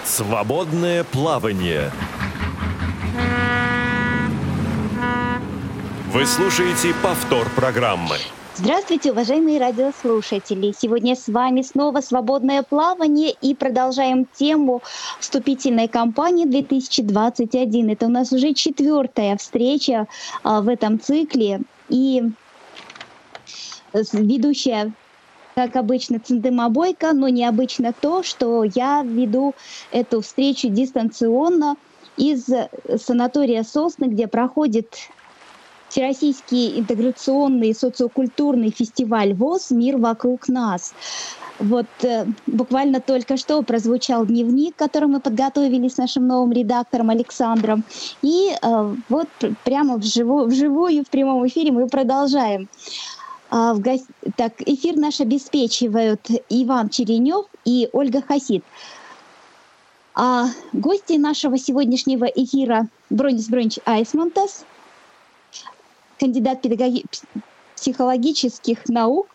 Свободное плавание. Вы слушаете повтор программы. Здравствуйте, уважаемые радиослушатели! Сегодня с вами снова «Свободное плавание» и продолжаем тему вступительной кампании 2021. Это у нас уже 4-я встреча в этом цикле. И ведущая, как обычно, Центыма Бойко, но необычно то, что я веду эту встречу дистанционно из санатория «Сосны», где проходит Всероссийский интеграционный социокультурный фестиваль ВОС «Мир вокруг нас». Вот буквально только что прозвучал дневник, который мы подготовили с нашим новым редактором Александром. И вот прямо вживую, в прямом эфире мы продолжаем. Так, эфир наш обеспечивают Иван Черенев и Ольга Хасид. А гости нашего сегодняшнего эфира Бронис Бронич Айсмантас, кандидат педагогических наук,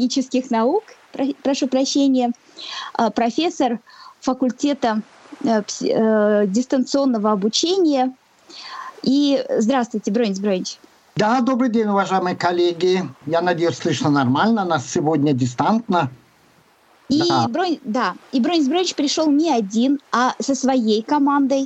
прошу прощения, профессор факультета дистанционного обучения. И здравствуйте, Бронис Бронич. Да, добрый день, уважаемые коллеги. Я надеюсь, слышно нормально. Нас сегодня дистантно. И Бронис Бронич пришел не один, а со своей командой.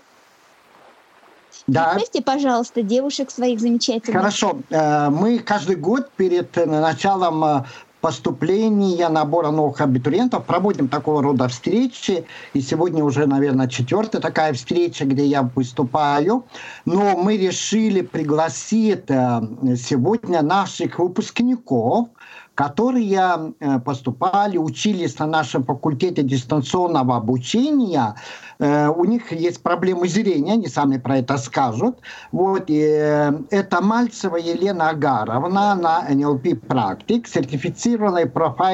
Да. Представьте, пожалуйста, девушек своих замечательных. Хорошо. Мы каждый год перед началом поступления, набора новых абитуриентов проводим такого рода встречи. И сегодня уже, наверное, 4-я такая встреча, где я выступаю. Но мы решили пригласить сегодня наших выпускников, которые поступали, учились на нашем факультете дистанционного обучения. У них есть проблемы зрения, они сами про это скажут. Вот, и это Мальцева Елена Агаровна на NLP практик, сертифицированный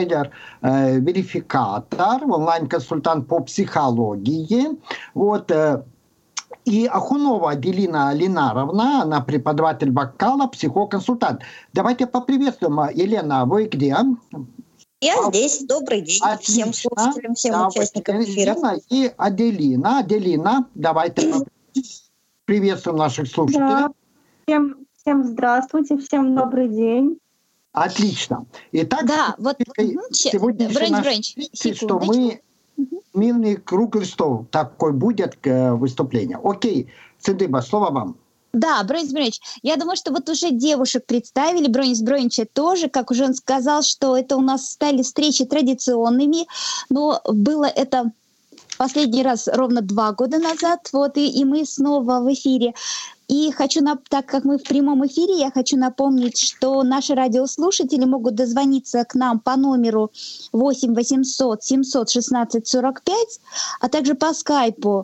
профайлер-верификатор, онлайн-консультант по психологии. Вот, и Ахунова Аделина Ленаровна, она преподаватель вокала, психоконсультант. Давайте поприветствуем. Елена, вы где? Я здесь. Добрый день. Отлично. Всем слушателям, всем участникам эфира. И Аделина. Аделина, давайте приветствуем наших слушателей. Да. Всем здравствуйте, всем добрый день. Отлично. Итак, да, вот сегодня что мы мирный круглый стол такой будет выступление. Окей, Центыма, слово вам. Да, Бронис Бронич, я думаю, что вот уже девушек представили, Бронис Бронича тоже, как уже он сказал, что это у нас стали встречи традиционными, но было это последний раз ровно 2 года назад, вот, и мы снова в эфире. И так как мы в прямом эфире, я хочу напомнить, что наши радиослушатели могут дозвониться к нам по номеру 8 800 716 45, а также по скайпу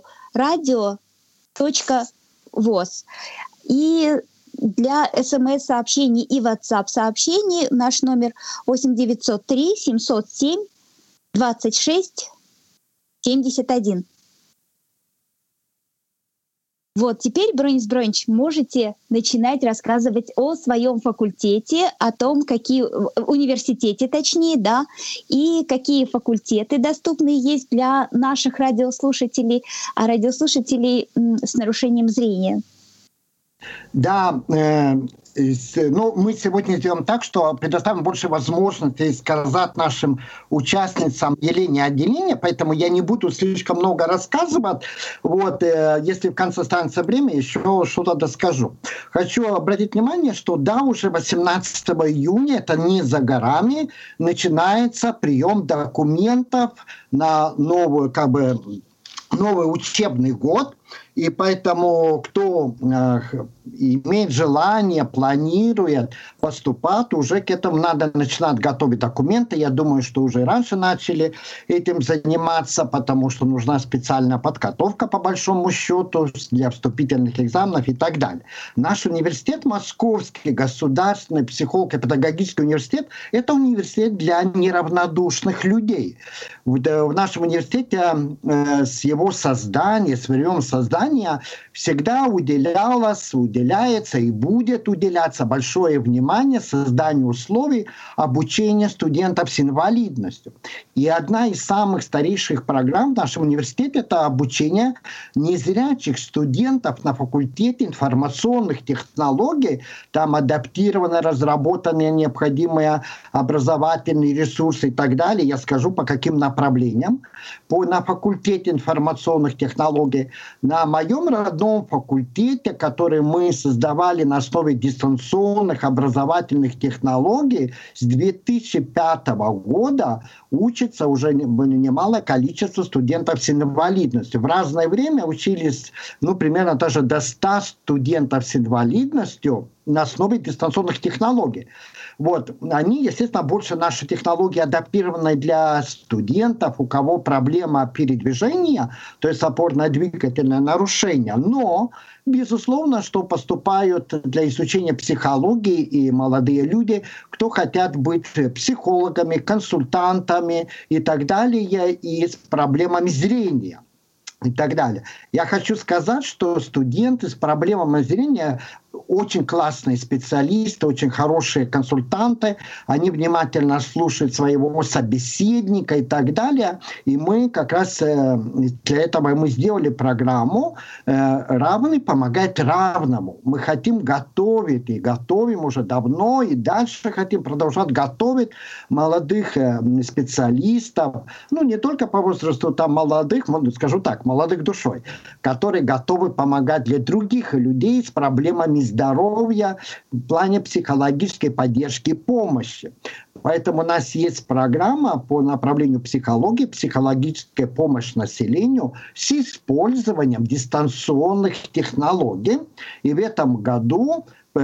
radio.voz. И для СМС-сообщений и WhatsApp-сообщений наш номер 8 903 707 26 71. Вот, теперь, Бронис Бронич, можете начинать рассказывать о своем факультете, о том, университете точнее, да, и какие факультеты доступны есть для наших радиослушателей, радиослушателей с нарушением зрения. Да, мы сегодня сделаем так, что предоставим больше возможностей сказать нашим участницам Елене и Аделине, поэтому я не буду слишком много рассказывать. Вот, если в конце останется время, еще что-то доскажу. Хочу обратить внимание, что да, уже 18 июня, это не за горами, начинается прием документов на новый учебный год. И поэтому, кто имеет желание, планирует поступать, уже к этому надо начинать готовить документы. Я думаю, что уже раньше начали этим заниматься, потому что нужна специальная подготовка, по большому счету, для вступительных экзаменов и так далее. Наш университет, Московский государственный психолого-педагогический университет, это университет для неравнодушных людей. В нашем университете с его создания, с времен создания всегда уделяется и будет уделяться большое внимание созданию условий обучения студентов с инвалидностью. И одна из самых старейших программ в нашем университете – это обучение незрячих студентов на факультете информационных технологий. Там адаптированы, разработаны необходимые образовательные ресурсы и так далее. Я скажу, по каким направлениям. На факультете информационных технологий, на моем родном факультете, который мы создавали на основе дистанционных образовательных технологий, с 2005 года учится уже немалое количество студентов с инвалидностью. В разное время учились примерно даже до 100 студентов с инвалидностью на основе дистанционных технологий. Они, естественно, больше наши технологии адаптированы для студентов, у кого проблема передвижения, то есть опорно-двигательное нарушение. Но, безусловно, что поступают для изучения психологии и молодые люди, кто хотят быть психологами, консультантами и так далее, и с проблемами зрения. И так далее. Я хочу сказать, что студенты с проблемами зрения очень классные специалисты, очень хорошие консультанты, они внимательно слушают своего собеседника и так далее. И мы как раз для этого мы сделали программу «Равный помогает равному». Мы хотим готовить, и готовим уже давно, и дальше хотим продолжать готовить молодых специалистов, не только по возрасту молодых, скажу так, молодых душой, которые готовы помогать для других людей с проблемами здоровья в плане психологической поддержки и помощи. Поэтому у нас есть программа по направлению психологии, психологическая помощь населению с использованием дистанционных технологий. И в этом году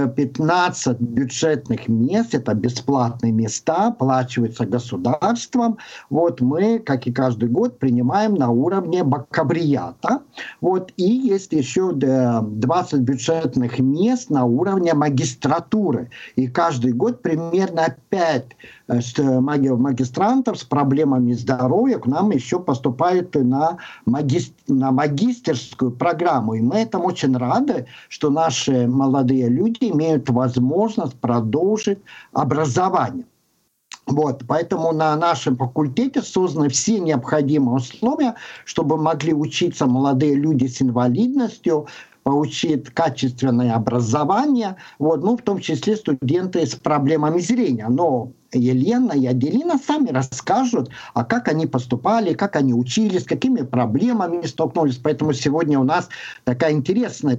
15 бюджетных мест, это бесплатные места, оплачиваются государством. Мы, как и каждый год, принимаем на уровне бакалавриата. И есть еще 20 бюджетных мест на уровне магистратуры. И каждый год примерно 5 магистрантов с проблемами здоровья к нам еще поступают на магистерскую программу. И мы этому очень рады, что наши молодые люди имеют возможность продолжить образование. Поэтому на нашем факультете созданы все необходимые условия, чтобы могли учиться молодые люди с инвалидностью, получить качественное образование, в том числе студенты с проблемами зрения. Но Елена и Аделина сами расскажут, как они поступали, как они учились, с какими проблемами столкнулись. Поэтому сегодня у нас такой интересный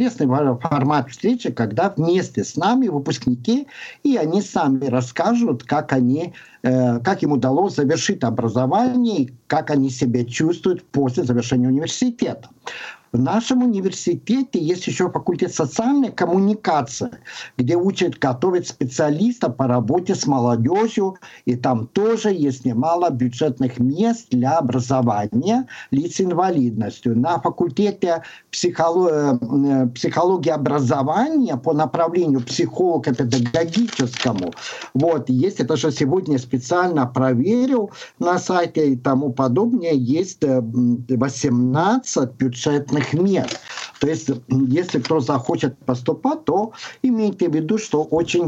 формат встречи, когда вместе с нами выпускники, и они сами расскажут, как им удалось завершить образование, и как они себя чувствуют после завершения университета. В нашем университете есть еще факультет социальной коммуникации, где учат готовить специалистов по работе с молодежью, и там тоже есть немало бюджетных мест для образования лиц с инвалидностью. На факультете психологии образования по направлению психолого-педагогическому, есть, это же сегодня специально проверил на сайте и тому подобное, есть 18 бюджетных мест. То есть, если кто захочет поступать, то имейте в виду, что очень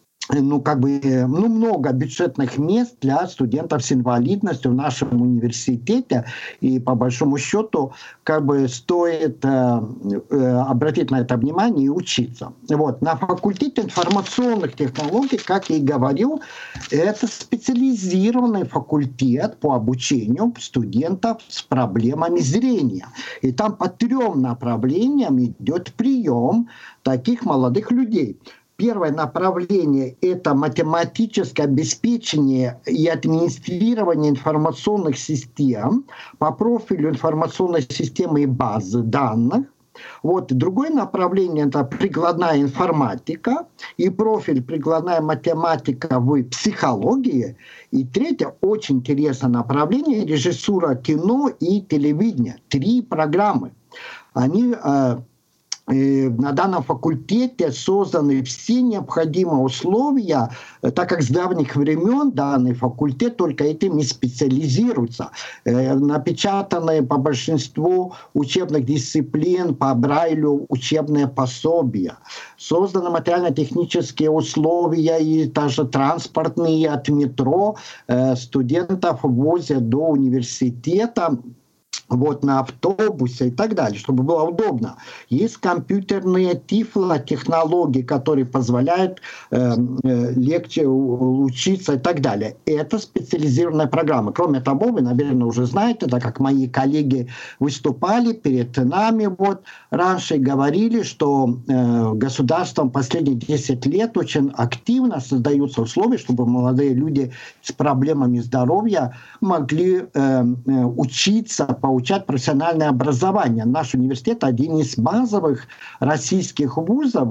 много бюджетных мест для студентов с инвалидностью в нашем университете, и по большому счету стоит обратить на это внимание и учиться. На факультете информационных технологий, как я и говорил, это специализированный факультет по обучению студентов с проблемами зрения. И там по 3 направлениям идет прием таких молодых людей. Первое направление – это математическое обеспечение и администрирование информационных систем по профилю информационной системы и базы данных. Другое направление – это прикладная информатика и профиль прикладная математика в психологии. И третье, очень интересное направление – режиссура кино и телевидения. 3 программы. Они на данном факультете созданы все необходимые условия, так как с давних времен данный факультет только этим и специализируется. Напечатаны по большинству учебных дисциплин по Брайлю учебные пособия. Созданы материально-технические условия и даже транспортные от метро. Студентов возят до университета на автобусе и так далее, чтобы было удобно. Есть компьютерные тифлотехнологии, которые позволяют легче учиться и так далее. Это специализированная программа. Кроме того, вы, наверное, уже знаете, так как мои коллеги выступали перед нами раньше и говорили, что государством последние 10 лет очень активно создаются условия, чтобы молодые люди с проблемами здоровья могли учиться, получать профессиональное образование. Наш университет один из базовых российских вузов,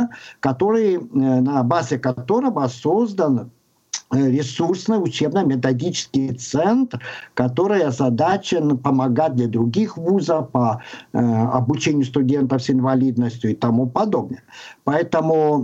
на базе которого создан ресурсный учебно-методический центр, который озадачен помогать для других вузов по обучению студентов с инвалидностью и тому подобное. Поэтому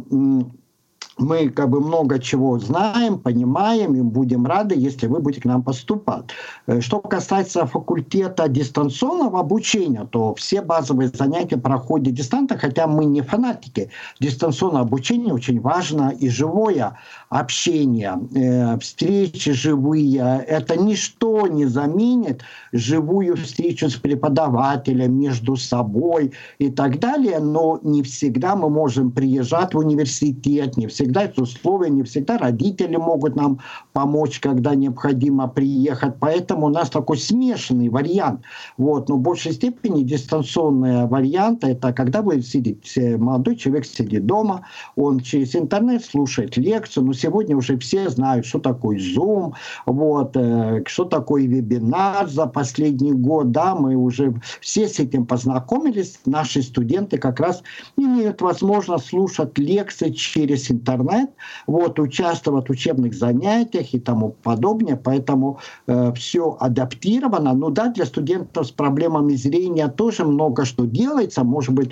мы много чего знаем, понимаем и будем рады, если вы будете к нам поступать. Что касается факультета дистанционного обучения, то все базовые занятия проходят дистанционно, хотя мы не фанатики. Дистанционное обучение очень важно, и живое общение, встречи живые. Это ничто не заменит живую встречу с преподавателем, между собой и так далее, но не всегда мы можем приезжать в университет, не всегда это условия, не всегда родители могут нам помочь, когда необходимо приехать. Поэтому у нас такой смешанный вариант. Но в большей степени дистанционные варианты — это когда вы сидите, молодой человек сидит дома, он через интернет слушает лекцию. Но сегодня уже все знают, что такое Zoom, что такое вебинар за последний год. Да, мы уже все с этим познакомились. Наши студенты как раз имеют возможность слушать лекции через интернет, участвовать в учебных занятиях и тому подобное. Поэтому все адаптировано. Но да, для студентов с проблемами зрения тоже много что делается. Может быть,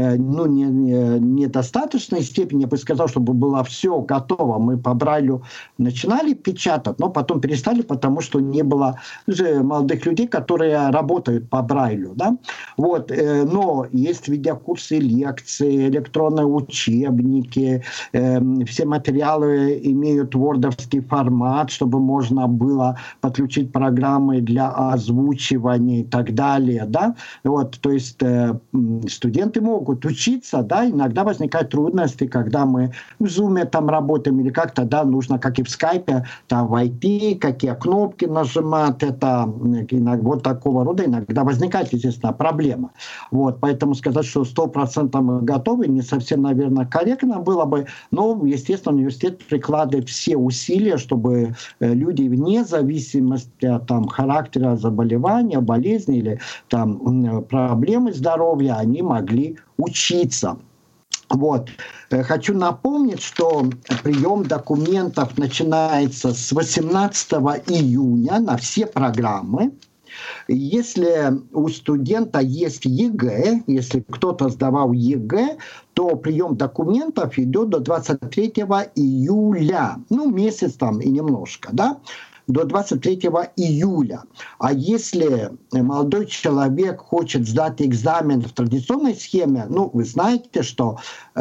недостаточной степени, я бы сказал, чтобы было все готово. Мы по Брайлю начинали печатать, но потом перестали, потому что не было уже молодых людей, которые работают по Брайлю. Да? Но есть видеокурсы, лекции, электронные учебники, все материалы имеют вордовский формат, чтобы можно было подключить программы для озвучивания и так далее. Да? То есть студенты могут учиться, да? Иногда возникают трудности, когда мы в Zoom там работаем или как-то, да, нужно, как и в скайпе, там войти, какие кнопки нажимать, это такого рода иногда возникает, естественно, проблема. Поэтому сказать, что 100% мы готовы, не совсем, наверное, корректно было бы, но, естественно, университет прикладывает все усилия, чтобы люди вне зависимости от характера заболевания, болезни или проблемы здоровья, они могли учиться. Хочу напомнить, что прием документов начинается с 18 июня на все программы. Если у студента есть ЕГЭ, если кто-то сдавал ЕГЭ, то прием документов идет до 23 июля. Месяц и немножко, да? До 23 июля. А если молодой человек хочет сдать экзамен в традиционной схеме, вы знаете, что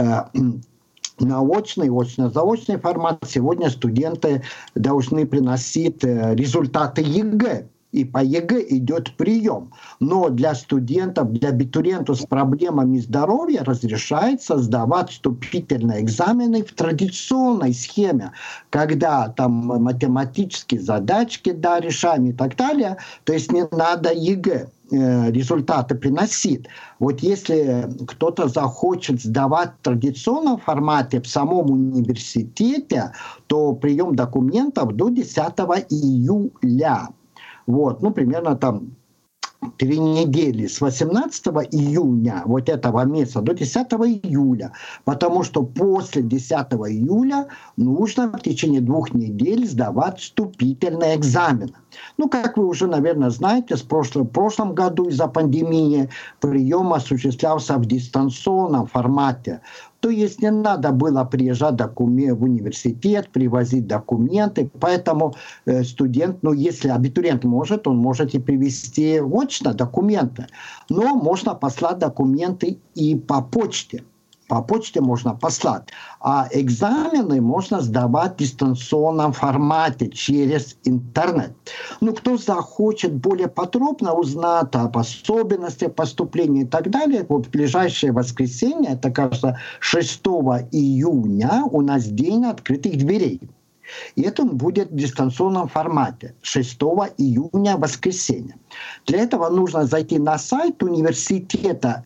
научный, очно-заочный формат сегодня студенты должны приносить результаты ЕГЭ. И по ЕГЭ идет прием. Но для студентов, для абитуриентов с проблемами здоровья разрешается сдавать вступительные экзамены в традиционной схеме, когда математические задачки решаем и так далее. То есть не надо ЕГЭ результаты приносить. Если кто-то захочет сдавать в традиционном формате в самом университете, то прием документов до 10 июля. Примерно 3 недели с 18 июня вот этого месяца до 10 июля, потому что после 10 июля нужно в течение 2 недель сдавать вступительные экзамены. Ну, как вы уже, наверное, знаете, в прошлом году из-за пандемии прием осуществлялся в дистанционном формате. То есть не надо было приезжать в университет, привозить документы. Поэтому студент, ну если абитуриент может, он может и привезти очно документы. Но можно послать документы и по почте. По почте можно послать. А экзамены можно сдавать в дистанционном формате через интернет. Ну, кто захочет более подробно узнать об особенностях поступления и так далее, вот в ближайшее воскресенье, это, кажется, 6 июня, у нас день открытых дверей. И это будет в дистанционном формате 6 июня, воскресенье. Для этого нужно зайти на сайт университета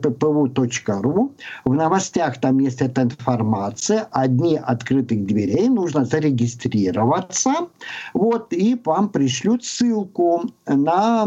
mgppu.ru. В новостях там есть эта информация. Дни открытых дверей. Нужно зарегистрироваться. Вот, и вам пришлют ссылку на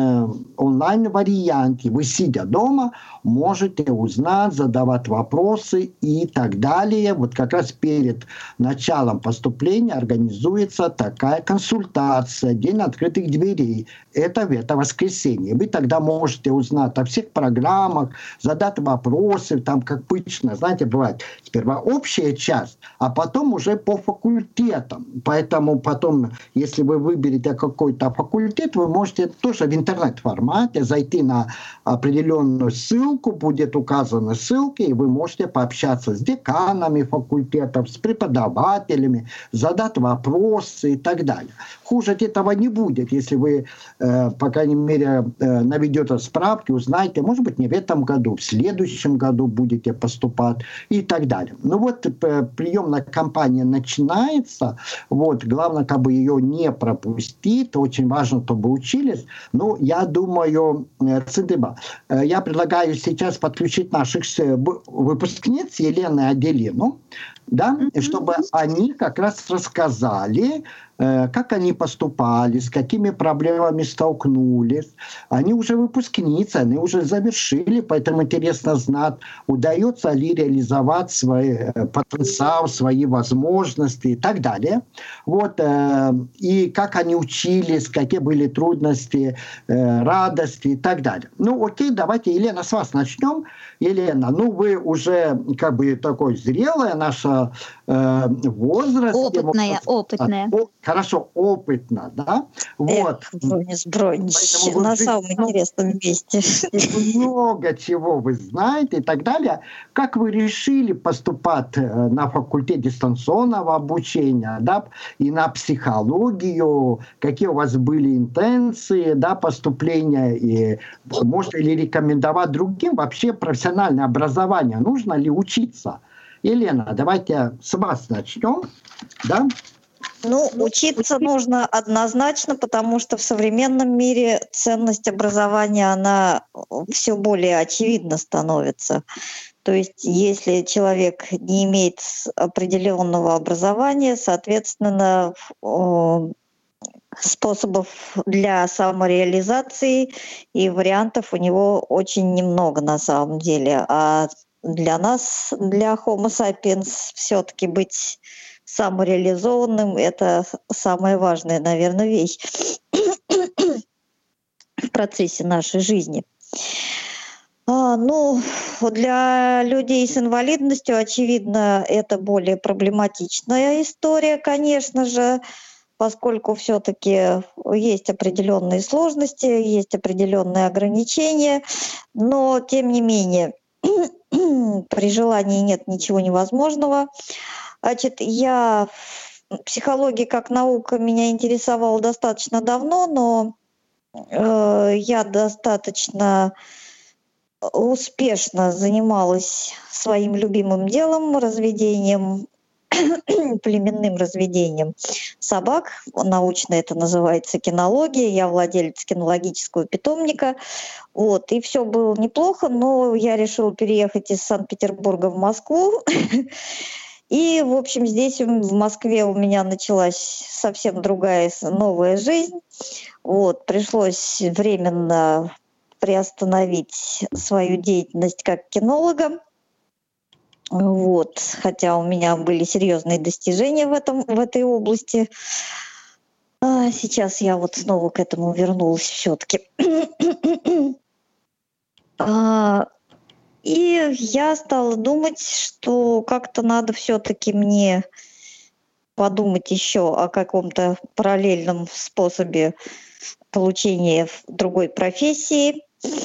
онлайн-варианте. Вы, сидя дома, можете узнать, задавать вопросы и так далее. Вот как раз перед началом поступления организуется такая консультация, день открытых дверей. Это в это воскресенье. Вы тогда можете узнать о всех программах, задать вопросы, там, как обычно, знаете, бывает сперва общая часть, а потом уже по факультетам. Поэтому потом, если вы выберете какой-то факультет, вы можете тоже в интернет-формате зайти на определенную ссылку, будет указана ссылка, и вы можете пообщаться с деканами факультетов, с преподавателями, задать вопросы и так далее. Хуже от этого не будет, если вы, по крайней мере, наведете справки, узнаете, может быть, не в этом году, в следующем году будете поступать и так далее. Ну вот приемная кампания начинается, вот, главное, как бы ее не пропустить, очень важно, чтобы учились. Ну, я думаю, Цидыба, я предлагаю сейчас подключить наших выпускниц Елены и Аделину, да, чтобы они как раз рассказали, как они поступали, с какими проблемами столкнулись. Они уже выпускницы, они уже завершили, поэтому интересно знать, удается ли реализовать свой потенциал, свои возможности и так далее. Вот, и как они учились, какие были трудности, радости и так далее. Ну, окей, давайте, Елена, с вас начнем. Елена, ну вы уже как бы такой зрелая наша возраст. Опытная. Хорошо, опытно, да? Вот. Бронис, на самом интересном месте. Много чего вы знаете и так далее. Как вы решили поступать на факультет дистанционного обучения, да, и на психологию? Какие у вас были интенции, да, поступления? И можно ли рекомендовать другим вообще профессиональное образование? Нужно ли учиться? Елена, давайте с вас начнем, да? Ну, учиться нужно однозначно, потому что в современном мире ценность образования, она все более очевидна становится. То есть если человек не имеет определенного образования, соответственно, способов для самореализации и вариантов у него очень немного на самом деле. А для нас, для Homo sapiens, все-таки быть самореализованным — это самая важная, наверное, вещь в процессе нашей жизни. Ну, для людей с инвалидностью, очевидно, это более проблематичная история, конечно же, поскольку все-таки есть определенные сложности, есть определенные ограничения, но тем не менее при желании нет ничего невозможного. Значит, психология как наука меня интересовала достаточно давно, но я достаточно успешно занималась своим любимым делом, разведением, племенным разведением собак. Научно это называется кинология. Я владелец кинологического питомника. Вот. И все было неплохо, но я решила переехать из Санкт-Петербурга в Москву. И, в общем, здесь в Москве у меня началась совсем другая новая жизнь. Вот, пришлось временно приостановить свою деятельность как кинолога. Вот, хотя у меня были серьезные достижения в этой области. Сейчас я вот снова к этому вернулась все-таки. И я стала думать, что как-то надо все-таки мне подумать еще о каком-то параллельном способе получения другой профессии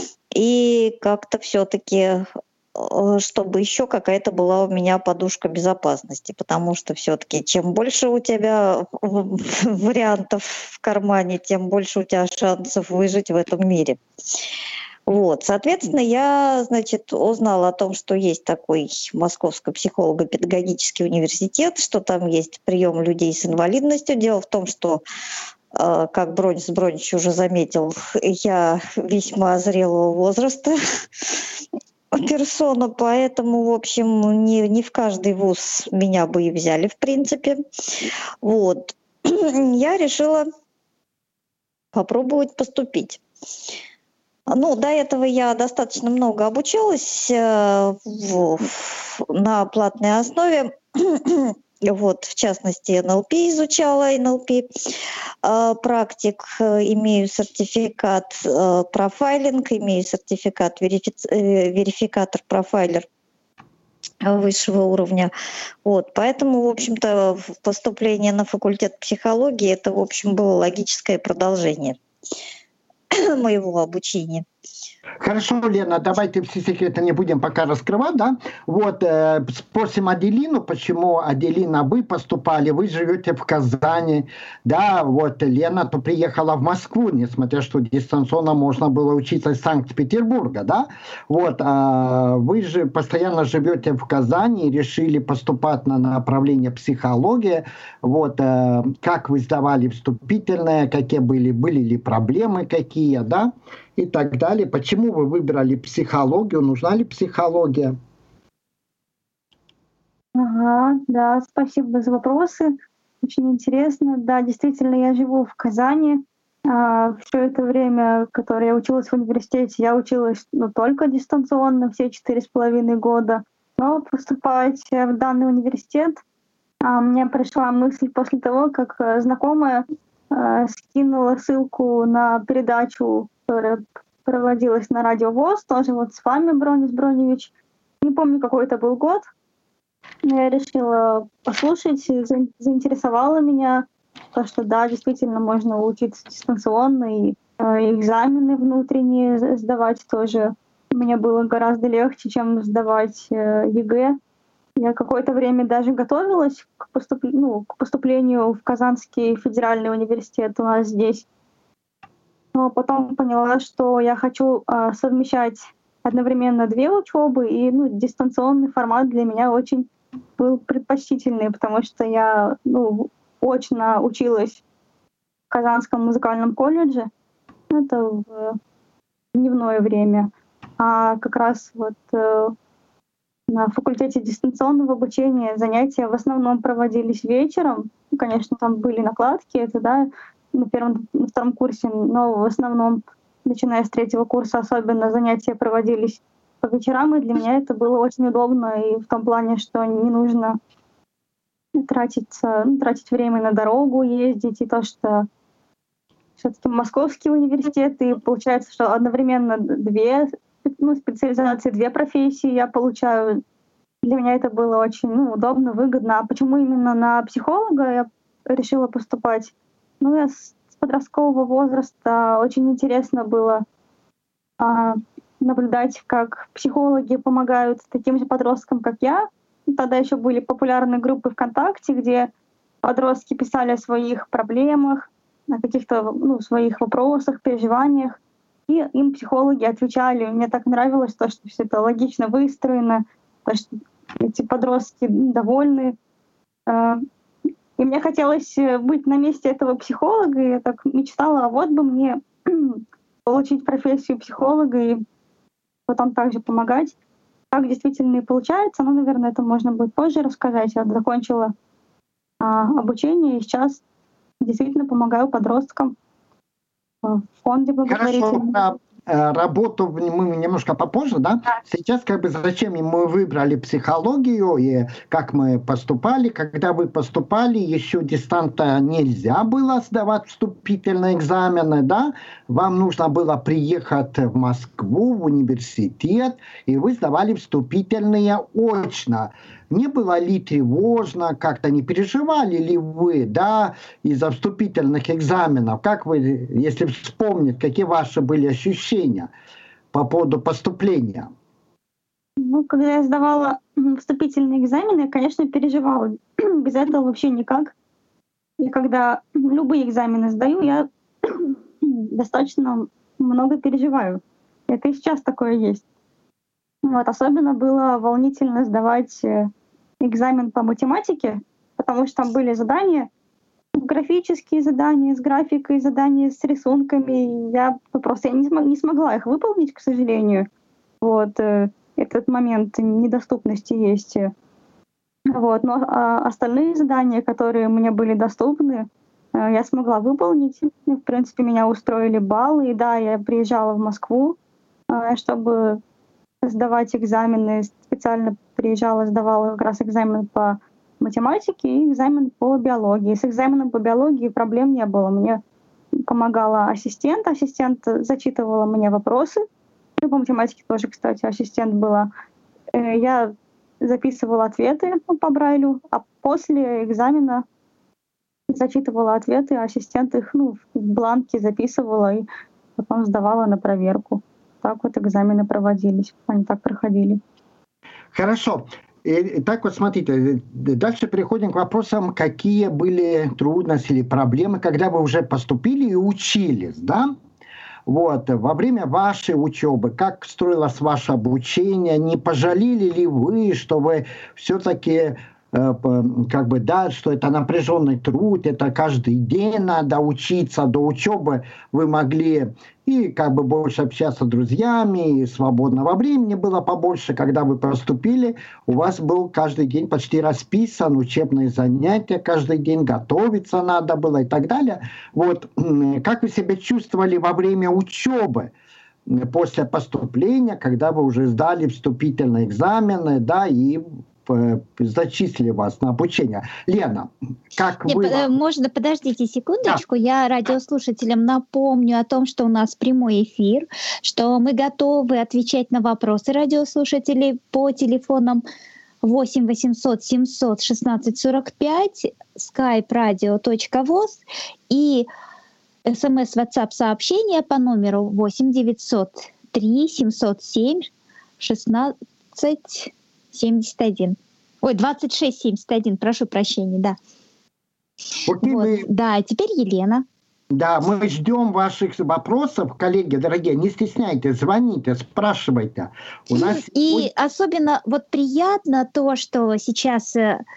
и как-то все-таки чтобы еще какая-то была у меня подушка безопасности, потому что все-таки чем больше у тебя вариантов в кармане, тем больше у тебя шансов выжить в этом мире. Вот, соответственно, я, значит, узнала о том, что есть такой Московский психолого-педагогический университет, что там есть прием людей с инвалидностью. Дело в том, что, как Бронис Бронич уже заметил, я весьма зрелого возраста персона, поэтому, в общем, не в каждый вуз меня бы и взяли, в принципе. Вот. Я решила попробовать поступить. Ну, до этого я достаточно много обучалась на платной основе. Вот, в частности, НЛП изучала, НЛП практик, имею сертификат профайлинг, имею сертификат верификатор-профайлер высшего уровня. Вот, поэтому, в общем-то, поступление на факультет психологии, это, в общем, было логическое продолжение моего обучения. Хорошо, Лена, давайте все секреты не будем пока раскрывать, да? Вот, спросим Аделину, почему, Аделина, вы поступали, вы живете в Казани, да, вот, Лена, то приехала в Москву, несмотря что дистанционно можно было учиться из Санкт-Петербурга, да? Вот, вы же постоянно живете в Казани и решили поступать на направление психология, вот, как вы сдавали вступительное, какие были ли проблемы какие, да? И так далее. Почему вы выбрали психологию? Нужна ли психология? Ага, да, спасибо за вопросы. Очень интересно. Да, действительно, я живу в Казани. Все это время, которое я училась в университете, я училась только дистанционно, все 4,5 года. Но поступать в данный университет мне пришла мысль после того, как знакомая скинула ссылку на передачу, которая проводилась на Радио ВОС, тоже вот с вами, Бронис Броневич. Не помню, какой это был год, но я решила послушать, заинтересовало меня то, что да, действительно можно учиться дистанционно, и экзамены внутренние сдавать тоже мне было гораздо легче, чем сдавать ЕГЭ. Я какое-то время даже готовилась к поступлению в Казанский федеральный университет у нас здесь. Но потом поняла, что я хочу совмещать одновременно две учебы, и дистанционный формат для меня очень был предпочтительный, потому что я очно училась в Казанском музыкальном колледже. Это в дневное время. А как раз вот на факультете дистанционного обучения занятия в основном проводились вечером. Конечно, там были накладки, это да, на втором курсе, но в основном, начиная с 3-го курса, особенно занятия проводились по вечерам, и для меня это было очень удобно, и в том плане, что не нужно тратить время на дорогу, ездить, и то, что все-таки Московский университет, и получается, что одновременно две специализации, две профессии я получаю. Для меня это было очень удобно, выгодно. А почему именно на психолога я решила поступать? Я с подросткового возраста очень интересно было наблюдать, как психологи помогают таким же подросткам, как я. Тогда еще были популярны группы ВКонтакте, где подростки писали о своих проблемах, о каких-то своих вопросах, переживаниях. И им психологи отвечали. Мне так нравилось то, что все это логично выстроено, то, что эти подростки довольны. И мне хотелось быть на месте этого психолога, и я так мечтала, вот бы мне получить профессию психолога и потом также помогать. как действительно и получается, но, наверное, это можно будет позже рассказать. Я закончила обучение и сейчас действительно помогаю подросткам в фонде благотворительном. Хорошо, работу мы немножко попозже, да? Сейчас зачем мы выбрали психологию и как мы поступали. Когда вы поступали, еще дистанта нельзя было сдавать вступительные экзамены, да? Вам нужно было приехать в Москву, в университет, и вы сдавали вступительные очно. Не было ли тревожно, как-то не переживали ли вы, да, из-за вступительных экзаменов? Как вы, если вспомнить, какие ваши были ощущения по поводу поступления? Ну, когда я сдавала вступительные экзамены, я, конечно, переживала. Без этого вообще никак. И когда любые экзамены сдаю, я достаточно много переживаю. Это и сейчас такое есть. Вот, особенно было волнительно сдавать экзамен по математике, потому что там были задания, графические задания с графикой, задания с рисунками. Я не смогла их выполнить, к сожалению. Вот, этот момент недоступности есть. Вот, но остальные задания, которые мне были доступны, я смогла выполнить. В принципе, меня устроили баллы. И да, я приезжала в Москву, чтобы сдавать экзамены. Специально приезжала, сдавала как раз экзамен по математике и экзамен по биологии. С экзаменом по биологии проблем не было. Мне помогала ассистент. Ассистент зачитывала мне вопросы. И по математике тоже, кстати, ассистент была. Я записывала ответы по Брайлю, а после экзамена зачитывала ответы, а ассистент их в бланке записывала и потом сдавала на проверку. Так вот экзамены проводились, они так проходили. Хорошо. Итак, вот смотрите, дальше переходим к вопросам, какие были трудности или проблемы, когда вы уже поступили и учились, да? Вот, во время вашей учебы, как строилось ваше обучение, не пожалели ли вы, что вы все-таки что это напряженный труд, это каждый день надо учиться, до учебы вы могли и больше общаться с друзьями, и свободного времени было побольше. Когда вы поступили, у вас был каждый день почти расписан, учебные занятия каждый день, готовиться надо было и так далее. Вот, как вы себя чувствовали во время учебы? После поступления, когда вы уже сдали вступительные экзамены, да, и зачислили вас на обучение. Лена, как вы... Можно, подождите секундочку, да. Я радиослушателям напомню о том, что у нас прямой эфир, что мы готовы отвечать на вопросы радиослушателей по телефонам 8 800 700 16 45, skype radio.voz и смс WhatsApp сообщение по номеру 8 903 707 16 71. Ой, 2671, прошу прощения, да. Окей, вот. Да, теперь Елена. Да, мы ждем ваших вопросов, коллеги дорогие, не стесняйтесь, звоните, спрашивайте. У нас... И особенно приятно то, что сейчас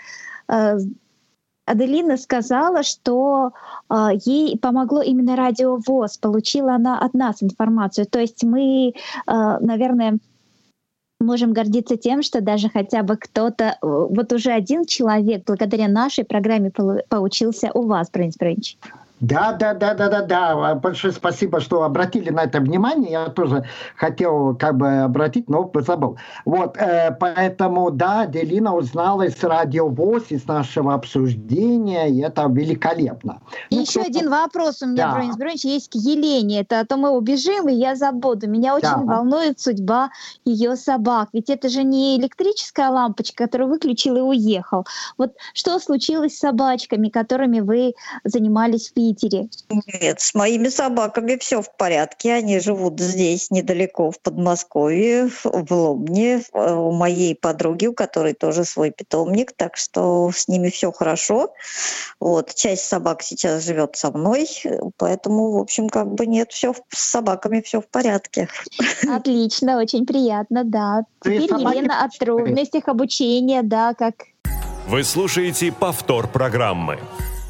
Аделина сказала, что ей помогло именно Радио ВОС, получила она от нас информацию. То есть мы, наверное, можем гордиться тем, что даже хотя бы кто-то, уже один человек благодаря нашей программе поучился у вас, Борис Борисович. Да. Большое спасибо, что обратили на это внимание. Я тоже хотел обратить, но забыл. Вот, поэтому, да, Делина узнала из Радио ВОС, из нашего обсуждения, и это великолепно. И еще один вопрос у меня, Борис Борисович, есть к Елене. А то мы убежим, и я забуду. Меня очень волнует судьба ее собак. Ведь это же не электрическая лампочка, которую выключил и уехал. Вот что случилось с собачками, которыми вы занимались в Питере? Нет, с моими собаками все в порядке. Они живут здесь, недалеко, в Подмосковье, в Лобне, у моей подруги, у которой тоже свой питомник, так что с ними все хорошо. Вот, часть собак сейчас живет со мной, поэтому, в общем, нет, с собаками все в порядке. Отлично, очень приятно, да. Теперь Елена о трудностях обучения, да, как... Вы слушаете повтор программы.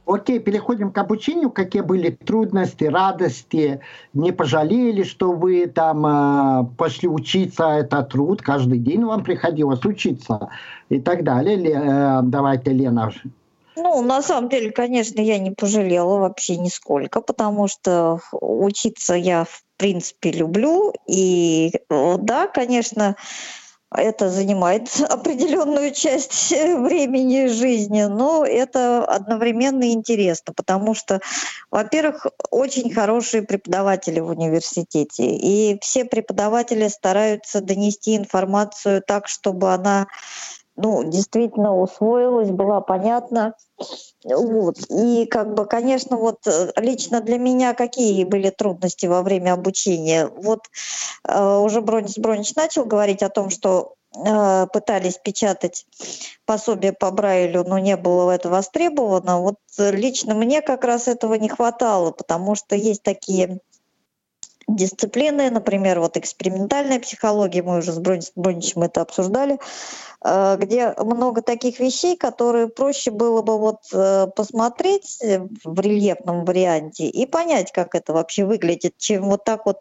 Окей, переходим к обучению. Какие были трудности, радости? Не пожалели, что вы там пошли учиться? Это труд, каждый день вам приходилось учиться и так далее. Давайте, Лена. Ну, на самом деле, конечно, я не пожалела вообще нисколько, потому что учиться я, в принципе, люблю. И да, конечно, это занимает определенную часть времени жизни, но это одновременно интересно, потому что, во-первых, очень хорошие преподаватели в университете, и все преподаватели стараются донести информацию так, чтобы она действительно усвоилась, была понятна. Вот. И конечно, лично для меня какие были трудности во время обучения? Уже Бронич начал говорить о том, что пытались печатать пособие по Брайлю, но не было это востребовано. Лично мне как раз этого не хватало, потому что есть такие дисциплины, например, экспериментальная психология, мы уже с Броничем это обсуждали, где много таких вещей, которые проще было бы посмотреть в рельефном варианте и понять, как это вообще выглядит, чем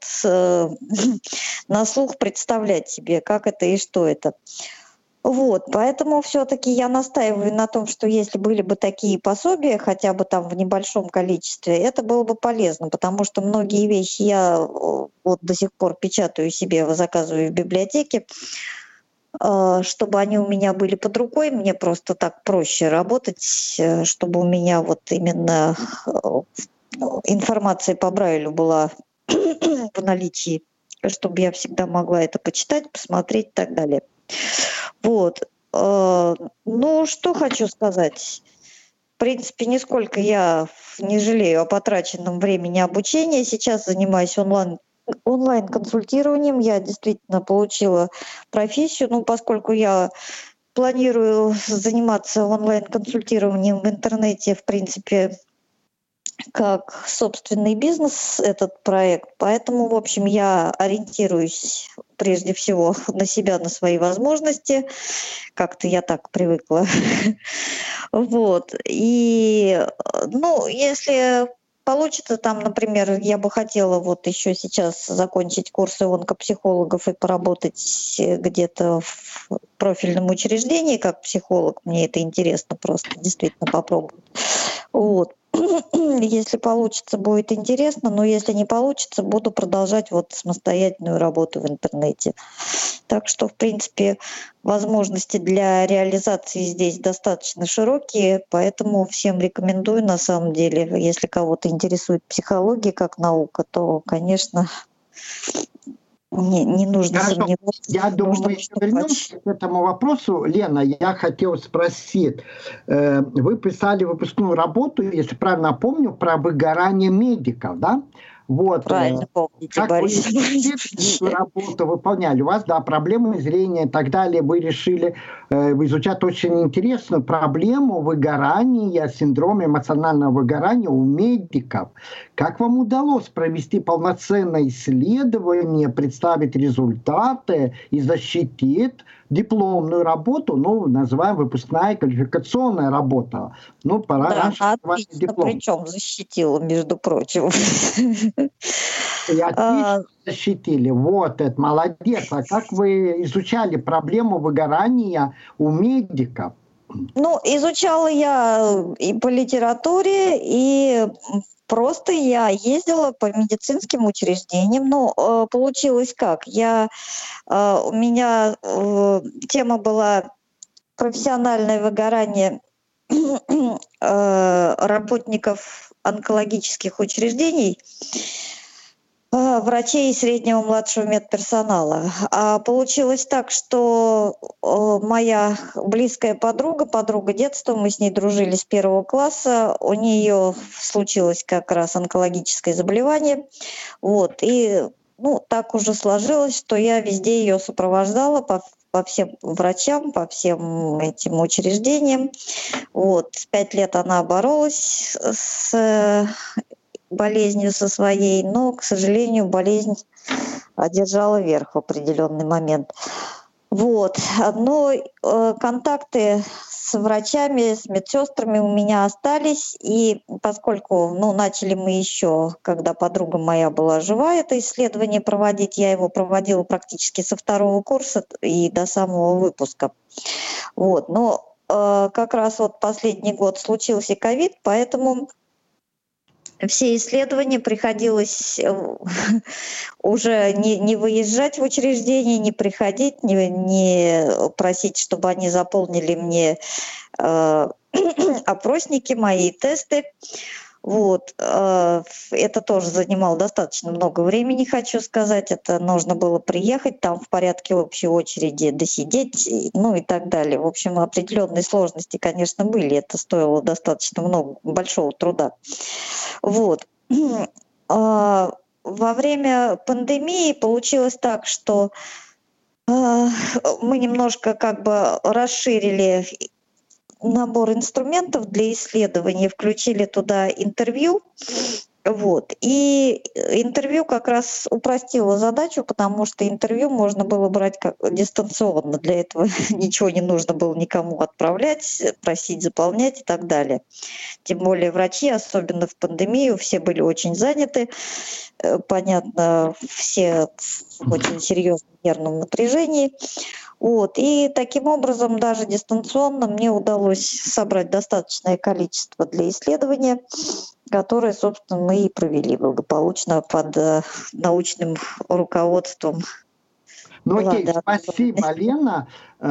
на слух представлять себе, как это и что это. Поэтому все-таки я настаиваю на том, что если были бы такие пособия, хотя бы там в небольшом количестве, это было бы полезно, потому что многие вещи я до сих пор печатаю себе, заказываю в библиотеке, чтобы они у меня были под рукой, мне просто так проще работать, чтобы у меня именно информация по Брайлю была в наличии, чтобы я всегда могла это почитать, посмотреть и так далее. Что хочу сказать. В принципе, нисколько я не жалею о потраченном времени обучения. Сейчас занимаюсь онлайн-консультированием. Я действительно получила профессию, поскольку я планирую заниматься онлайн-консультированием в интернете, в принципе, как собственный бизнес этот проект. Поэтому, в общем, я ориентируюсь прежде всего на себя, на свои возможности. Как-то я так привыкла. И, если получится, там, например, я бы хотела еще сейчас закончить курсы онкопсихологов и поработать где-то в профильном учреждении как психолог. Мне это интересно просто действительно попробовать. Если получится, будет интересно, но если не получится, буду продолжать самостоятельную работу в интернете. Так что, в принципе, возможности для реализации здесь достаточно широкие, поэтому всем рекомендую, на самом деле, если кого-то интересует психология как наука, то, конечно, не нужно сомневаться. Я думаю, мы еще вернемся к этому вопросу. Лена, я хотел спросить. Вы писали выпускную работу, если правильно помню, про выгорание медиков, да? Правильно помните, Борис. Как вы эту работу выполняли? У вас, проблемы зрения и так далее. Вы решили изучать очень интересную проблему выгорания, синдром эмоционального выгорания у медиков. Как вам удалось провести полноценное исследование, представить результаты и защитить дипломную работу, называем выпускная квалификационная работа. Отлично, причем защитила, между прочим. И отлично защитили. Это молодец. А как вы изучали проблему выгорания у медиков? Изучала я и по литературе, и просто я ездила по медицинским учреждениям. Получилось как? У меня тема была профессиональное выгорание работников онкологических учреждений, врачей и среднего младшего медперсонала. А получилось так, что моя близкая подруга детства, мы с ней дружили с 1 класса, у нее случилось как раз онкологическое заболевание. И так уже сложилось, что я везде ее сопровождала по всем врачам, по всем этим учреждениям. 5 лет она боролась с болезнью со своей, но, к сожалению, болезнь одержала верх в определенный момент. Вот. Но контакты с врачами, с медсестрами у меня остались. И поскольку начали мы еще, когда подруга моя была жива, это исследование проводить, я его проводила практически со 2-го курса и до самого выпуска. Вот. Но как раз вот последний год случился ковид, поэтому все исследования приходилось уже не выезжать в учреждение, не приходить, не просить, чтобы они заполнили мне опросники, мои тесты. Вот. Это тоже занимало достаточно много времени, хочу сказать. Это нужно было приехать, там в порядке общей очереди досидеть, и так далее. В общем, определенные сложности, конечно, были. Это стоило достаточно большого труда. Вот. Во время пандемии получилось так, что мы немножко расширили набор инструментов для исследований, включили туда интервью. Вот. И интервью как раз упростило задачу, потому что интервью можно было брать дистанционно. Для этого ничего не нужно было никому отправлять, просить заполнять и так далее. Тем более врачи, особенно в пандемию, все были очень заняты. Понятно, все в очень серьезном нервном напряжении. Вот. И таким образом даже дистанционно мне удалось собрать достаточное количество для исследования, которые, собственно, мы и провели благополучно под научным руководством. Окей, спасибо, Лена.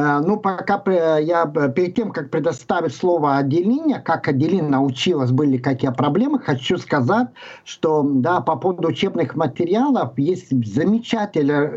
Пока я перед тем, как предоставить слово Аделине, как Аделина училась, были какие проблемы, хочу сказать, что по поводу учебных материалов есть замечательная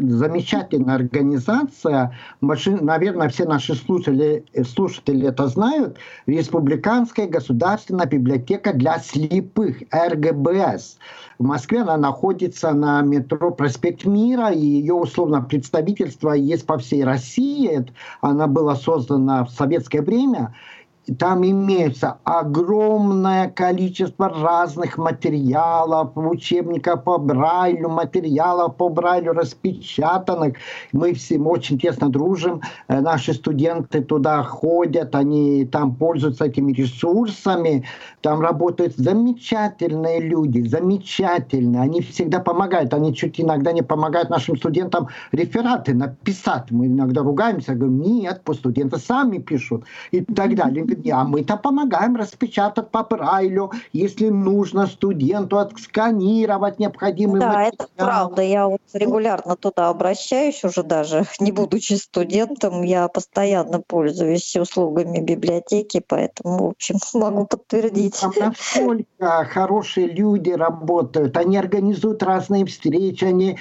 организация, наверное, все наши слушатели это знают, Республиканская государственная библиотека для слепых, РГБС. В Москве она находится на метро Проспект Мира, и ее условно представительство есть по всей России. Она была создана в советское время. Там имеется огромное количество разных материалов, учебников по Брайлю, материалов по Брайлю распечатанных. Мы всем очень тесно дружим. Наши студенты туда ходят, они там пользуются этими ресурсами. Там работают замечательные люди, замечательные. Они всегда помогают. Они чуть иногда не помогают нашим студентам рефераты написать. Мы иногда ругаемся, говорим, нет, пусть студенты сами пишут и так далее. А мы-то помогаем распечатать по Брайлю, если нужно студенту отсканировать необходимые материалы. Да, это правда. Я регулярно туда обращаюсь, уже даже не будучи студентом, я постоянно пользуюсь услугами библиотеки, поэтому, в общем, могу подтвердить. Там насколько хорошие люди работают, они организуют разные встречи, они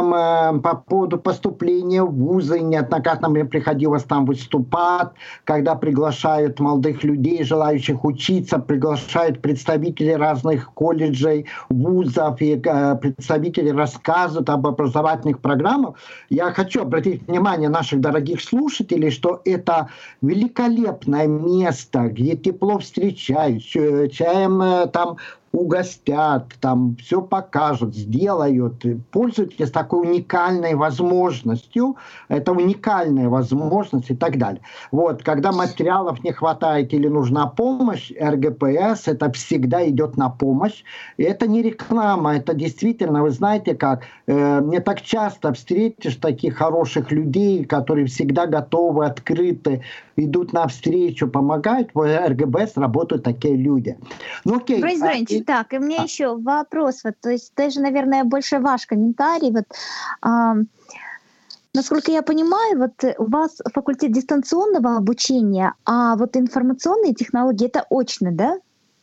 там по поводу поступления в вузы, неоднократно мне приходилось там выступать, когда приглашают молодых людей, желающих учиться, приглашают представителей разных колледжей, вузов, и представители рассказывают об образовательных программах. Я хочу обратить внимание наших дорогих слушателей, что это великолепное место, где тепло встречают, чаем там угостят, там все покажут, сделают. Пользуйтесь такой уникальной возможностью. Это уникальная возможность и так далее. Вот, когда материалов не хватает или нужна помощь, РГПС это всегда идет на помощь. И это не реклама, это действительно, вы знаете как, не так часто встретишь таких хороших людей, которые всегда готовы, открыты, идут навстречу, помогают. В РГБС работают такие люди. Окей. Так, и мне еще вопрос. То есть даже, наверное, больше ваш комментарий. Насколько я понимаю, у вас факультет дистанционного обучения, а информационные технологии — это очно, да?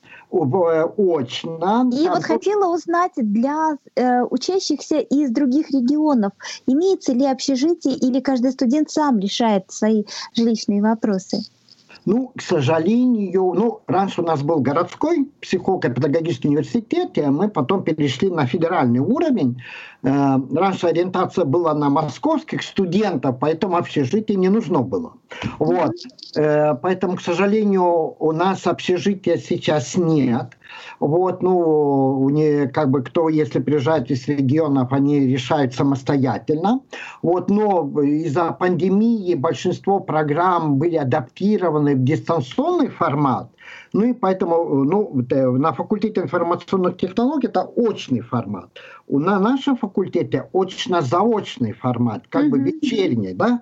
Очно. И хотела узнать для учащихся из других регионов, имеется ли общежитие или каждый студент сам решает свои жилищные вопросы? К сожалению, раньше у нас был городской психолого-педагогический университет, а мы потом перешли на федеральный уровень. Раньше ориентация была на московских студентов, поэтому общежитие не нужно было. Вот. Поэтому, к сожалению, у нас общежития сейчас нет. Вот, ну, как бы кто, если приезжает из регионов, они решают самостоятельно. Вот, но из-за пандемии большинство программ были адаптированы в дистанционный формат. Ну и поэтому на факультете информационных технологий это очный формат. На нашем факультете очно-заочный формат, как бы вечерний, да,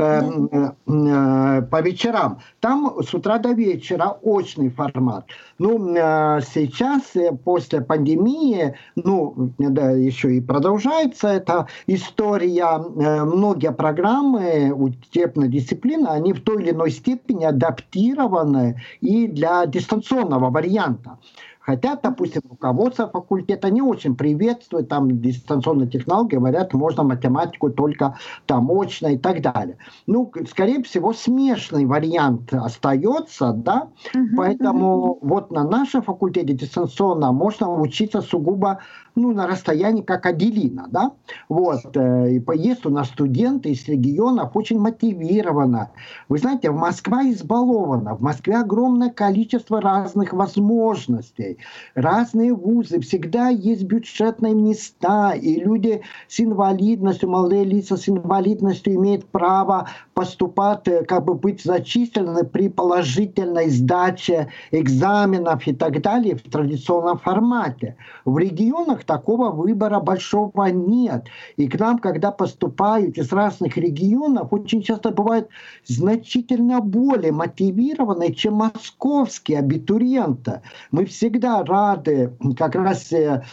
по вечерам. Там с утра до вечера очный формат. Ну, сейчас, после пандемии, еще и продолжается эта история. Многие программы учебной дисциплины, они в той или иной степени адаптированы и для дистанционного варианта. Хотя, допустим, руководство факультета не очень приветствует там дистанционные технологии, говорят, можно математику только там очно и так далее. Ну, скорее всего, смешанный вариант остается, да, поэтому вот на нашем факультете дистанционно можно учиться сугубо на расстоянии, как Аделина, да, вот, и есть у нас студенты из регионов очень мотивированы. Вы знаете, Москва избалована, в Москве огромное количество разных возможностей, разные вузы, всегда есть бюджетные места, и люди с инвалидностью, молодые лица с инвалидностью имеют право поступать, как бы быть зачислены при положительной сдаче экзаменов и так далее в традиционном формате. В регионах такого выбора большого нет. И к нам, когда поступают из разных регионов, очень часто бывают значительно более мотивированные, чем московские абитуриенты. Мы всегда рады как раз с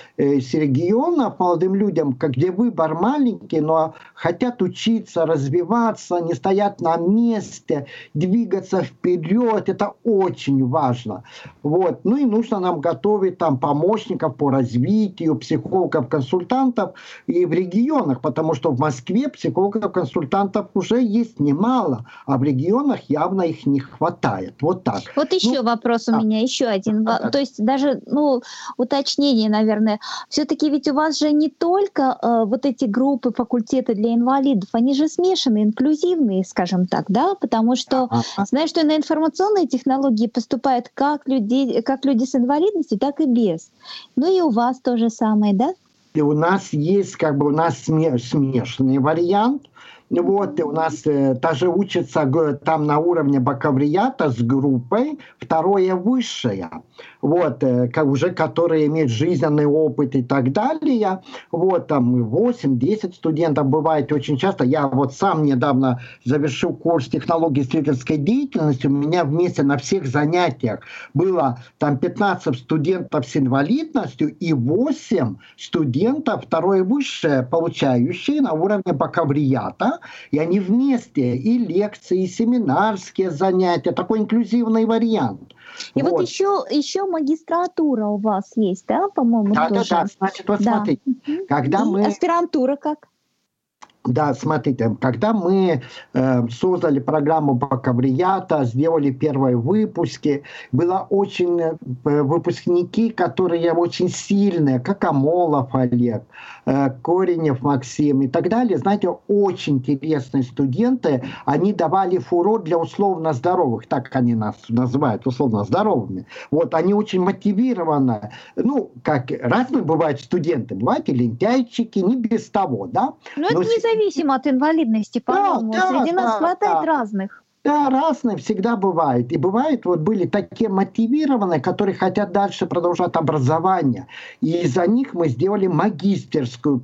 регионов молодым людям, где выбор маленький, но хотят учиться, развиваться, не стоят на месте, двигаться вперед. Это очень важно. Вот. Ну и нужно нам готовить там помощников по развитию, психологов, консультантов и в регионах, потому что в Москве психологов, консультантов уже есть немало, а в регионах явно их не хватает. Вот так. Вот еще вопрос у меня, еще один. То есть даже, уточнение, наверное. Все-таки ведь у вас же не только вот эти группы, факультеты для инвалидов, они же смешанные, инклюзивные, скажем так, да? Потому что, знаю, что на информационные технологии поступают как люди с инвалидностью, так и без. Ну и у вас то же самое, да? И у нас есть, смешанный вариант. Вот, и у нас даже учатся там на уровне бакалавриата с группой второе высшее, вот, которые имеют жизненный опыт и так далее. Вот, там 8-10 студентов бывает очень часто. Я вот сам недавно завершил курс технологии исследовательской деятельности. У меня вместе на всех занятиях было там 15 студентов с инвалидностью и 8 студентов второе высшее, получающие на уровне бакалавриата. И они вместе, и лекции, и семинарские занятия, такой инклюзивный вариант. И вот еще магистратура у вас есть, да, по-моему, тоже? Да, значит, вот смотрите, когда мы... Аспирантура как? Да, смотрите, когда мы создали программу бакалавриата, сделали первые выпуски, было очень выпускники, которые очень сильные, как Амолов Олег, Коренев Максим и так далее. Знаете, очень интересные студенты, они давали фурор для условно здоровых, так они нас называют, условно здоровыми. Вот, они очень мотивированы. Как разные бывают студенты, бывают и лентяйчики, не без того, да? Но это независимо от инвалидности, по-моему. Среди нас хватает разных. Да, разные всегда бывает. И бывает, вот были такие мотивированные, которые хотят дальше продолжать образование. И из-за них мы сделали магистерскую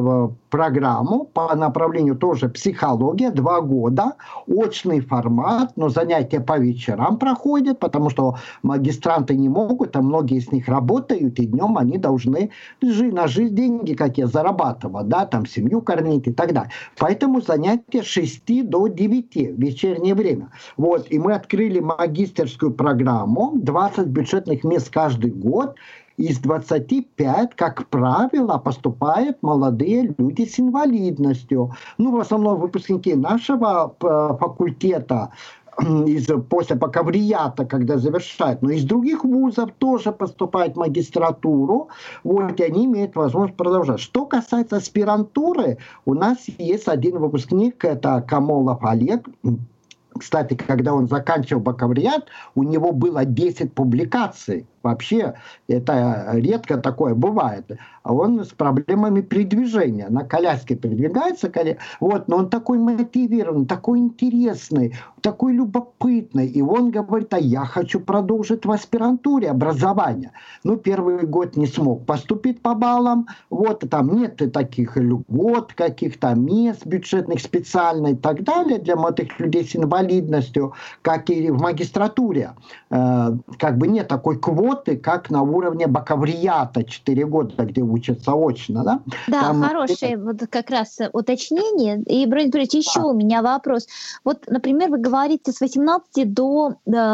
программу по направлению тоже психология, 2 года, очный формат, но занятия по вечерам проходят, потому что магистранты не могут, а многие из них работают, и днем они должны на жизнь деньги какие зарабатывать, да, там семью кормить и так далее. Поэтому занятия с 6 до 9 в вечернее время. Вот, и мы открыли магистерскую программу, 20 бюджетных мест каждый год. Из 25, как правило, поступают молодые люди с инвалидностью. В основном выпускники нашего факультета, после бакалавриата, когда завершают, но из других вузов тоже поступают в магистратуру, вот, и они имеют возможность продолжать. Что касается аспирантуры, у нас есть один выпускник, это Камолов Олег. Кстати, когда он заканчивал бакалавриат, у него было 10 публикаций в вообще это редко такое бывает. А он с проблемами передвижения. На коляске передвигается, вот, но он такой мотивированный, такой интересный, такой любопытный. И он говорит, а я хочу продолжить в аспирантуре образование. Ну, первый год не смог поступить по баллам. Вот, там нет таких льгот, каких-то мест бюджетных специально и так далее для молодых людей с инвалидностью, как и в магистратуре. Как бы нет такой квоты, как на уровне бакалавриата 4 года, где учатся очно. Да, там хорошее вот как раз уточнение. И, Борис Борисович, еще у меня вопрос. Вот, например, вы говорите с 18 до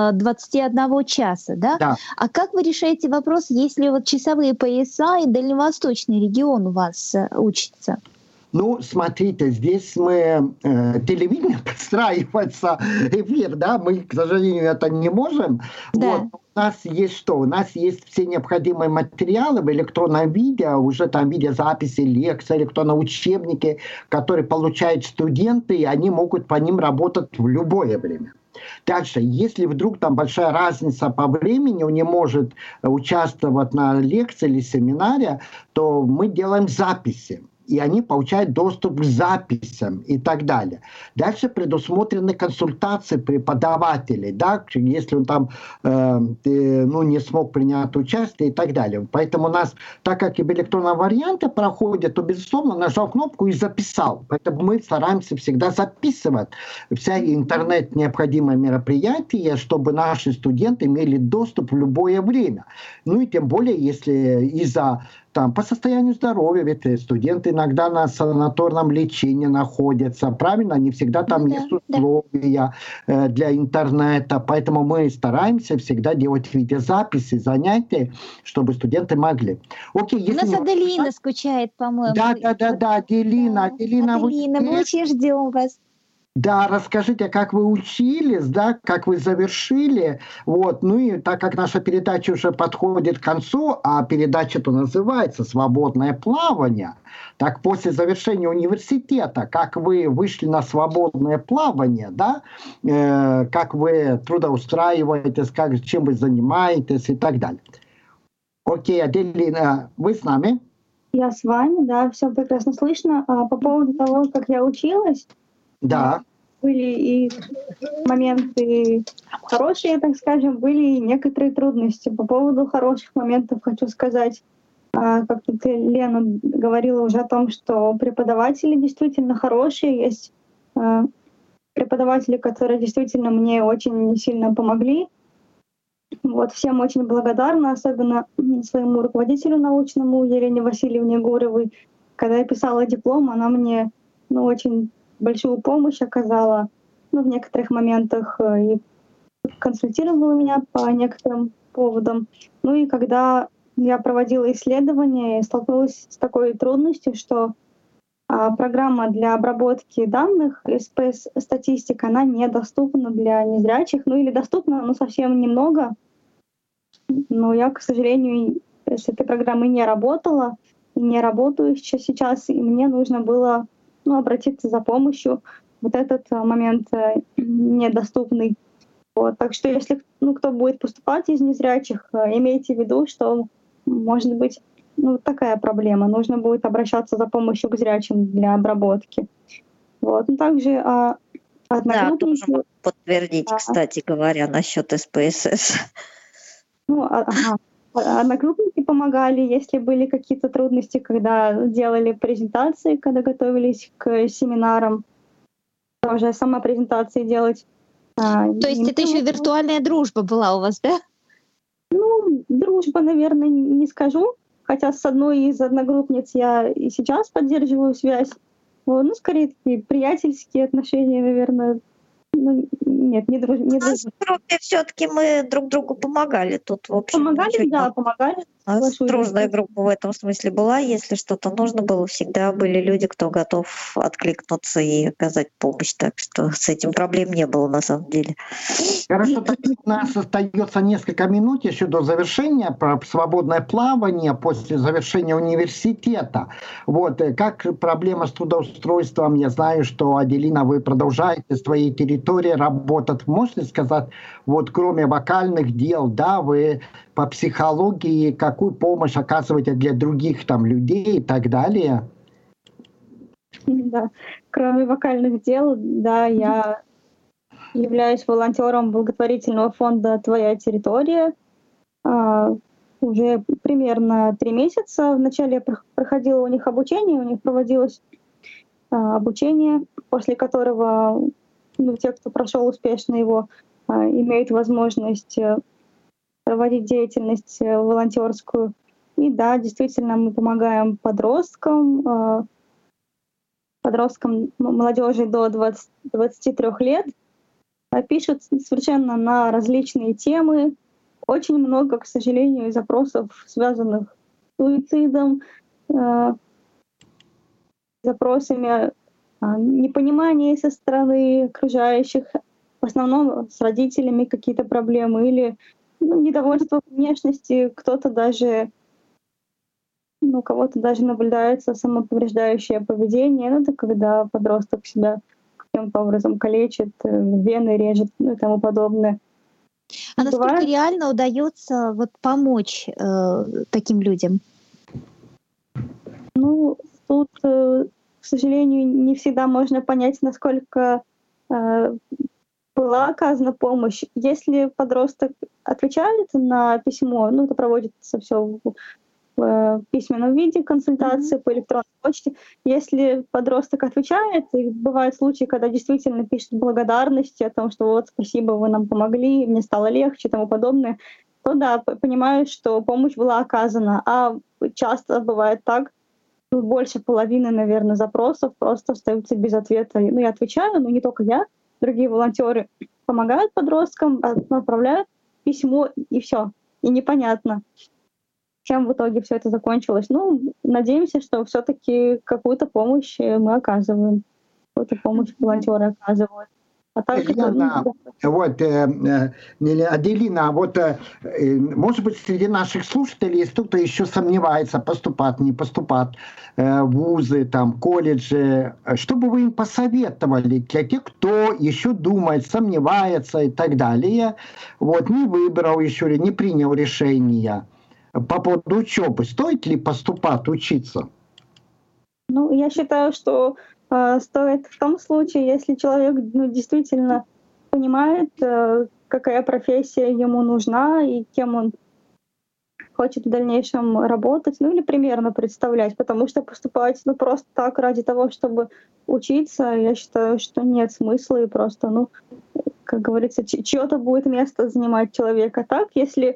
21 часа, да? Да. А как вы решаете вопрос, если вот часовые пояса и дальневосточный регион у вас учится? Ну, смотрите, здесь мы телевидение подстраивается, эфир, да, мы, к сожалению, это не можем. Да. Вот. У нас есть что? У нас есть все необходимые материалы в электронном виде, уже там видеозаписи, лекции, электронные учебники, которые получают студенты, и они могут по ним работать в любое время. Дальше, если вдруг там большая разница по времени, он не может участвовать на лекции или семинаре, то мы делаем записи. И они получают доступ к записям и так далее. Дальше предусмотрены консультации преподавателей, да, если он там не смог принять участие и так далее. Поэтому у нас, так как и в электронном варианте проходит, то, безусловно, нажал кнопку и записал. Поэтому мы стараемся всегда записывать вся интернет необходимые мероприятия, чтобы наши студенты имели доступ в любое время. Ну и тем более, если из-за по состоянию здоровья, ведь студенты иногда на санаторном лечении находятся, правильно? Не всегда там есть условия для интернета, поэтому мы стараемся всегда делать видеозаписи занятий, чтобы студенты могли. Окей, у нас Аделина скучает, по-моему. Да, Аделина. Аделина, мы очень ждем вас. Да, расскажите, как вы учились, да, как вы завершили. Вот. Ну и так как наша передача уже подходит к концу, а передача-то называется «Свободное плавание», так после завершения университета, как вы вышли на свободное плавание, да, как вы трудоустраиваетесь, чем вы занимаетесь и так далее. Окей, Аделина, вы с нами? Я с вами, да, все прекрасно слышно. По поводу того, как я училась, да. Были и моменты хорошие, так скажем, были и некоторые трудности. По поводу хороших моментов хочу сказать, как тут Лена говорила уже о том, что преподаватели действительно хорошие. Есть преподаватели, которые действительно мне очень сильно помогли. Вот, всем очень благодарна, особенно своему руководителю научному Елене Васильевне Гуровой. Когда я писала диплом, она мне очень большую помощь оказала, в некоторых моментах и консультировала меня по некоторым поводам. Ну и когда я проводила исследования, я столкнулась с такой трудностью, что программа для обработки данных, СПС-статистика, она недоступна для незрячих, или доступна, но совсем немного. Но я, к сожалению, с этой программой не работала, и не работаю сейчас, и мне нужно было обратиться за помощью. Вот этот момент недоступный. Вот. Так что если кто будет поступать из незрячих, имейте в виду, что может быть такая проблема. Нужно будет обращаться за помощью к зрячим для обработки. Вот. Также одногруппники... Да, тоже могу подтвердить, кстати говоря, насчет СПСС. Одногруппники помогали, если были какие-то трудности, когда делали презентации, когда готовились к семинарам, тоже сама презентации делать. То есть это еще виртуальная дружба была у вас, да? Дружба, наверное, не скажу, хотя с одной из одногруппниц я и сейчас поддерживаю связь. Скорее такие приятельские отношения, наверное. Нет, не дружба. У нас в группе все-таки мы друг другу помогали. Тут, в общем, помогали. Дружная группа в этом смысле была. Если что-то нужно было, всегда были люди, кто готов откликнуться и оказать помощь. Так что с этим проблем не было на самом деле. Хорошо, так у нас остается несколько минут еще до завершения про свободное плавание после завершения университета. Вот, как проблема с трудоустройством? Я знаю, что, Аделина, вы продолжаете в своей территории работать. Можете сказать, кроме вокальных дел, да, вы по психологии, какую помощь оказываете для других там людей и так далее? Да. Кроме вокальных дел, да, я являюсь волонтером благотворительного фонда «Твоя территория». Уже примерно 3 месяца. Вначале я проходила у них обучение, у них проводилось обучение, после которого те, кто прошел успешно его, имеют возможность проводить деятельность волонтерскую. И да, действительно, мы помогаем подросткам, молодежи до 23 лет, пишут совершенно на различные темы. Очень много, к сожалению, запросов, связанных с суицидом, запросами непонимания со стороны окружающих, в основном с родителями какие-то проблемы или недовольство внешности, кто-то даже, у кого-то даже наблюдается самоповреждающее поведение. Это когда подросток себя каким-то образом калечит, вены режет и тому подобное. А насколько реально удается помочь таким людям? Тут, к сожалению, не всегда можно понять, насколько была оказана помощь. Если подросток отвечает на письмо, это проводится все в письменном виде, консультации по электронной почте. Если подросток отвечает, и бывают случаи, когда действительно пишет благодарности о том, что спасибо, вы нам помогли, мне стало легче и тому подобное, то да, понимаю, что помощь была оказана. А часто бывает так, больше половины, наверное, запросов просто остаются без ответа. Я отвечаю, но не только я, другие волонтеры помогают подросткам, отправляют письмо, и все. И непонятно, чем в итоге все это закончилось. Надеемся, что все-таки какую-то помощь мы оказываем, какую-то помощь волонтеры оказывают. А так Аделина, может быть, среди наших слушателей есть кто-то еще сомневается, поступать, не поступать в вузы, колледжи. Что бы вы им посоветовали для тех, кто еще думает, сомневается и так далее, не выбрал еще, не принял решение по поводу учебы? Стоит ли поступать, учиться? Я считаю, что стоит в том случае, если человек действительно понимает, какая профессия ему нужна и кем он хочет в дальнейшем работать, или примерно представлять, потому что поступать просто так ради того, чтобы учиться, я считаю, что нет смысла, и просто, как говорится, чьё-то будет место занимать человек. А так, если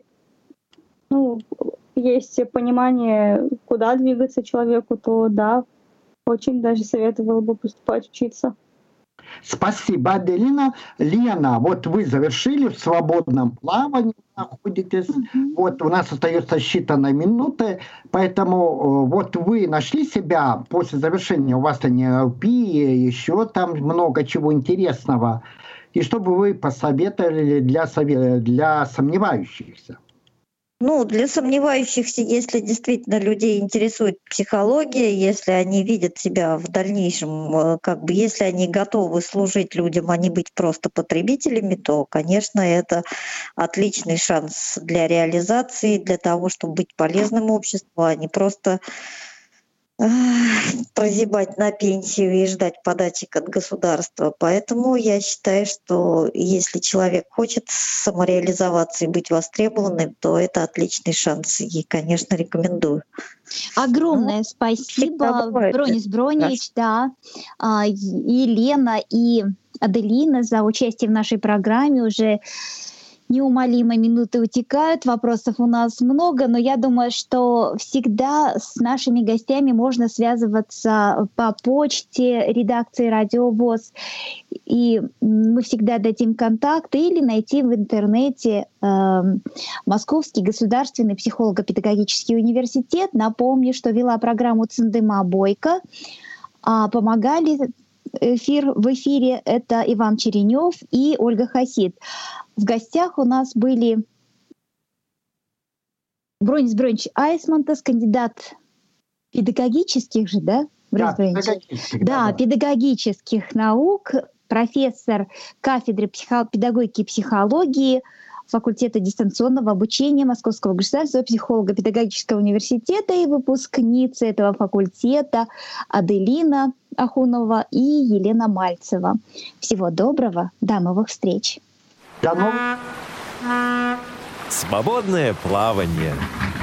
есть понимание, куда двигаться человеку, то да, очень даже советовала бы поступать, учиться. Спасибо, Аделина. Лена, вы завершили, в свободном плавании находитесь. У нас остается считанные минуты, поэтому вы нашли себя после завершения, у вас НЛП, еще там много чего интересного. И что бы вы посоветовали для сомневающихся? Для сомневающихся, если действительно людей интересует психология, если они видят себя в дальнейшем, если они готовы служить людям, а не быть просто потребителями, то, конечно, это отличный шанс для реализации, для того, чтобы быть полезным обществу, а не просто прозябать на пенсию и ждать подачек от государства. Поэтому я считаю, что если человек хочет самореализоваться и быть востребованным, то это отличный шанс. И, конечно, рекомендую. Огромное спасибо, Бронис Бронич, да, и Лена, и Аделина за участие в нашей программе. Уже неумолимо минуты утекают, вопросов у нас много, но я думаю, что всегда с нашими гостями можно связываться по почте редакции «Радио ВОС», и мы всегда дадим контакты или найти в интернете Московский государственный психолого-педагогический университет. Напомню, что вела программу Цандыма Бойко, а помогали в эфире это Иван Черенев и Ольга Хасид. В гостях у нас были Бронис Бронич Айсмантас, кандидат педагогических же, да? Педагогических наук, профессор кафедры педагогики и психологии факультета дистанционного обучения Московского государственного психолого-педагогического университета и выпускницы этого факультета Аделина Ахунова и Елена Мальцева. Всего доброго, до новых встреч. До новых. Свободное плавание.